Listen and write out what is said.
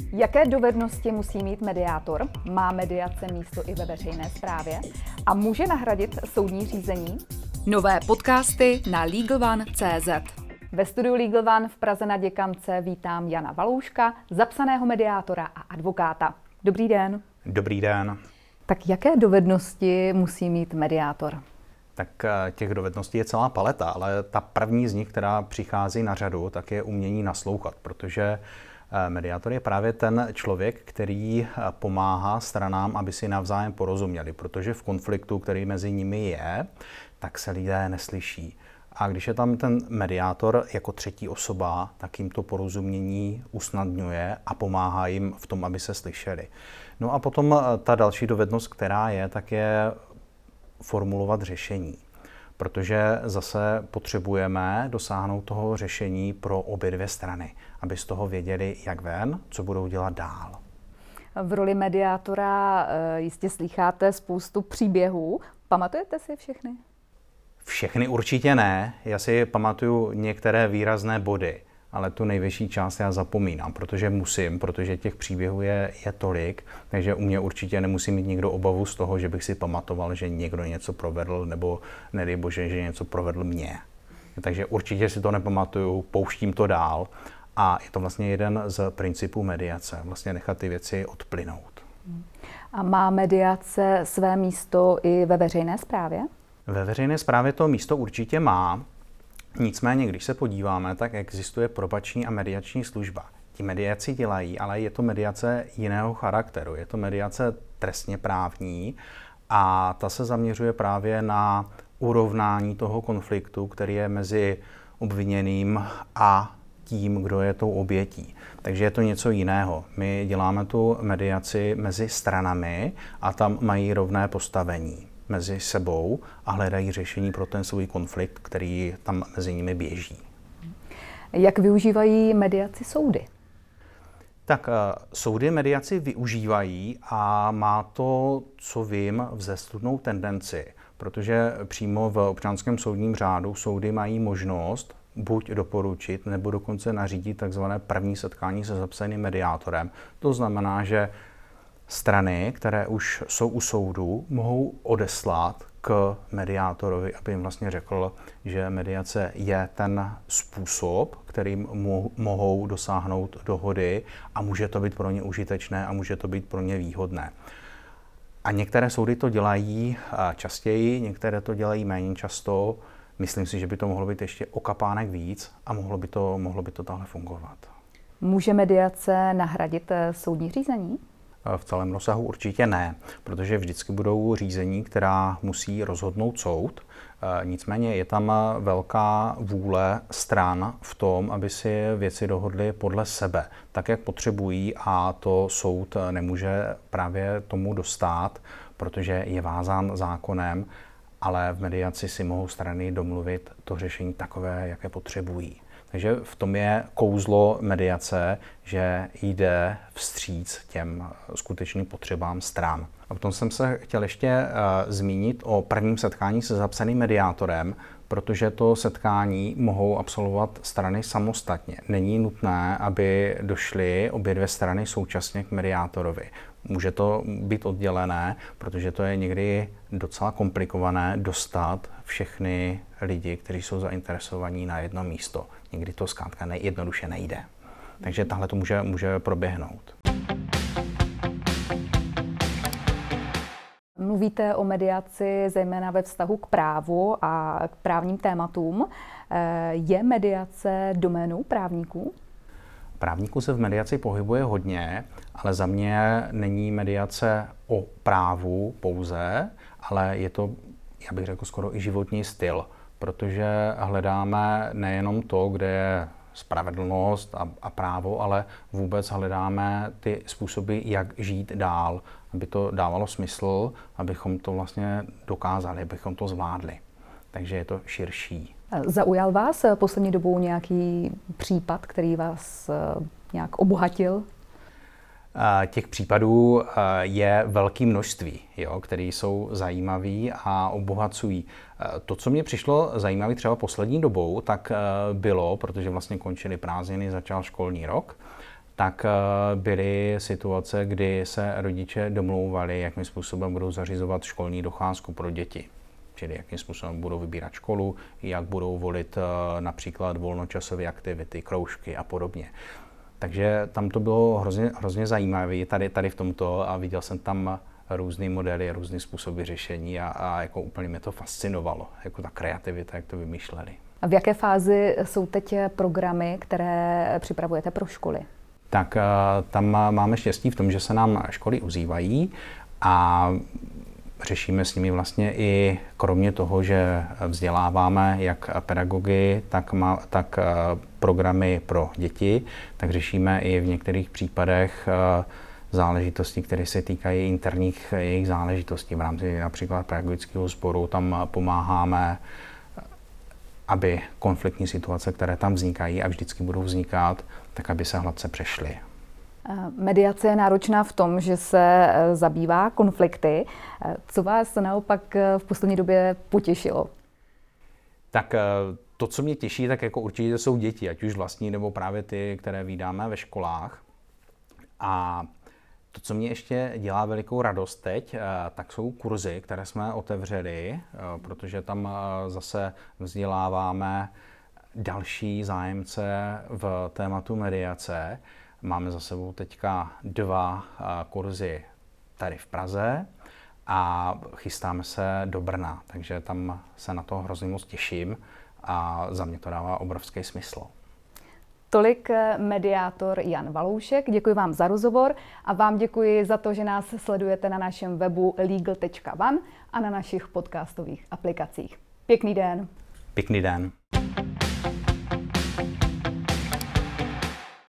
Jaké dovednosti musí mít mediátor? Má mediace místo i ve veřejné správě? A může nahradit soudní řízení? Nové podcasty na LegalOne.cz. Ve studiu Legal One v Praze na Děkance vítám Jana Valouška, zapsaného mediátora a advokáta. Dobrý den. Dobrý den. Tak jaké dovednosti musí mít mediátor? Tak těch dovedností je celá paleta, ale ta první z nich, která přichází na řadu, tak je umění naslouchat, protože mediátor je právě ten člověk, který pomáhá stranám, aby si navzájem porozuměli, protože v konfliktu, který mezi nimi je, tak se lidé neslyší. A když je tam ten mediátor jako třetí osoba, tak jim to porozumění usnadňuje a pomáhá jim v tom, aby se slyšeli. No a potom ta další dovednost, která je, tak je formulovat řešení. Protože zase potřebujeme dosáhnout toho řešení pro obě dvě strany, aby z toho věděli, jak ven, co budou dělat dál. V roli mediátora jistě slýcháte spoustu příběhů. Pamatujete si všechny? Všechny určitě ne. Já si pamatuju některé výrazné body, ale tu nejvyšší část já zapomínám, protože těch příběhů je tolik, takže u mě určitě nemusí mít nikdo obavu z toho, že bych si pamatoval, že někdo něco provedl, nebo nedej bože, že něco provedl mě. Takže určitě si to nepamatuju, pouštím to dál a je to vlastně jeden z principů mediace, vlastně nechat ty věci odplynout. A má mediace své místo i ve veřejné správě? Ve veřejné správě to místo určitě má. Nicméně, když se podíváme, tak existuje probační a mediační služba. Ti mediaci dělají, ale je to mediace jiného charakteru. Je to mediace trestně právní a ta se zaměřuje právě na urovnání toho konfliktu, který je mezi obviněným a tím, kdo je tou obětí. Takže je to něco jiného. My děláme tu mediaci mezi stranami a tam mají rovné postavení mezi sebou a hledají řešení pro ten svůj konflikt, který tam mezi nimi běží. Jak využívají mediaci soudy? Tak soudy mediaci využívají a má to, co vím, vzestupnou tendenci, protože přímo v občanském soudním řádu soudy mají možnost buď doporučit, nebo dokonce nařídit takzvané první setkání se zapsaným mediátorem. To znamená, že strany, které už jsou u soudu, mohou odeslat k mediátorovi, aby jim vlastně řekl, že mediace je ten způsob, kterým mohou dosáhnout dohody a může to být pro ně užitečné a může to být pro ně výhodné. A některé soudy to dělají častěji, některé to dělají méně často. Myslím si, že by to mohlo být ještě o kapánek víc a mohlo by to takhle fungovat. Může mediace nahradit soudní řízení? V celém rozsahu určitě ne, protože vždycky budou řízení, která musí rozhodnout soud. Nicméně je tam velká vůle stran v tom, aby si věci dohodly podle sebe, tak jak potřebují, a to soud nemůže právě tomu dostát, protože je vázán zákonem, ale v mediaci si mohou strany domluvit to řešení takové, jaké potřebují. Takže v tom je kouzlo mediace, že jde vstříc těm skutečným potřebám stran. A potom jsem se chtěl ještě zmínit o prvním setkání se zapsaným mediátorem, protože to setkání mohou absolvovat strany samostatně. Není nutné, aby došly obě dvě strany současně k mediátorovi. Může to být oddělené, protože to je někdy docela komplikované dostat všechny lidi, kteří jsou zainteresovaní na jedno místo. Někdy to zkrátka jednoduše nejde. Takže tahle to může proběhnout. Mluvíte o mediaci zejména ve vztahu k právu a k právním tématům. Je mediace doménou právníků? Právníků se v mediaci pohybuje hodně, ale za mě není mediace o právu pouze, ale je to, já bych řekl, skoro i životní styl, protože hledáme nejenom to, kde je spravedlnost a právo, ale vůbec hledáme ty způsoby, jak žít dál, aby to dávalo smysl, abychom to vlastně dokázali, abychom to zvládli. Takže je to širší. Zaujal vás poslední dobou nějaký případ, který vás nějak obohatil? Těch případů je velké množství, které jsou zajímavé a obohacují. To, co mě přišlo zajímavé třeba poslední dobou, tak bylo, protože vlastně končily prázdniny, začal školní rok, tak byly situace, kdy se rodiče domlouvali, jakým způsobem budou zařizovat školní docházku pro děti. Čili jakým způsobem budou vybírat školu, jak budou volit například volnočasové aktivity, kroužky a podobně. Takže tam to bylo hrozně zajímavé tady v tomto a viděl jsem tam různé modely, různé způsoby řešení a jako úplně mě to fascinovalo, jako ta kreativita, jak to vymýšleli. A v jaké fázi jsou teď programy, které připravujete pro školy? Tak tam máme štěstí v tom, že se nám školy ozývají a řešíme s nimi vlastně i kromě toho, že vzděláváme jak pedagogy, tak programy pro děti, tak řešíme i v některých případech záležitosti, které se týkají interních jejich záležitostí. V rámci například pedagogického sboru tam pomáháme, aby konfliktní situace, které tam vznikají a vždycky budou vznikat, tak aby se hladce přešly. Mediace je náročná v tom, že se zabývá konflikty. Co vás naopak v poslední době potěšilo? Tak to, co mě těší, tak jako určitě jsou děti, ať už vlastní nebo právě ty, které vídáme ve školách. A to, co mě ještě dělá velikou radost teď, tak jsou kurzy, které jsme otevřeli, protože tam zase vzděláváme další zájemce v tématu mediace. Máme za sebou teďka 2 kurzy tady v Praze a chystáme se do Brna, takže tam se na to hrozně moc těším a za mě to dává obrovský smysl. Tolik mediátor Jan Valoušek. Děkuji vám za rozhovor a vám děkuji za to, že nás sledujete na našem webu legal.one a na našich podcastových aplikacích. Pěkný den. Pěkný den.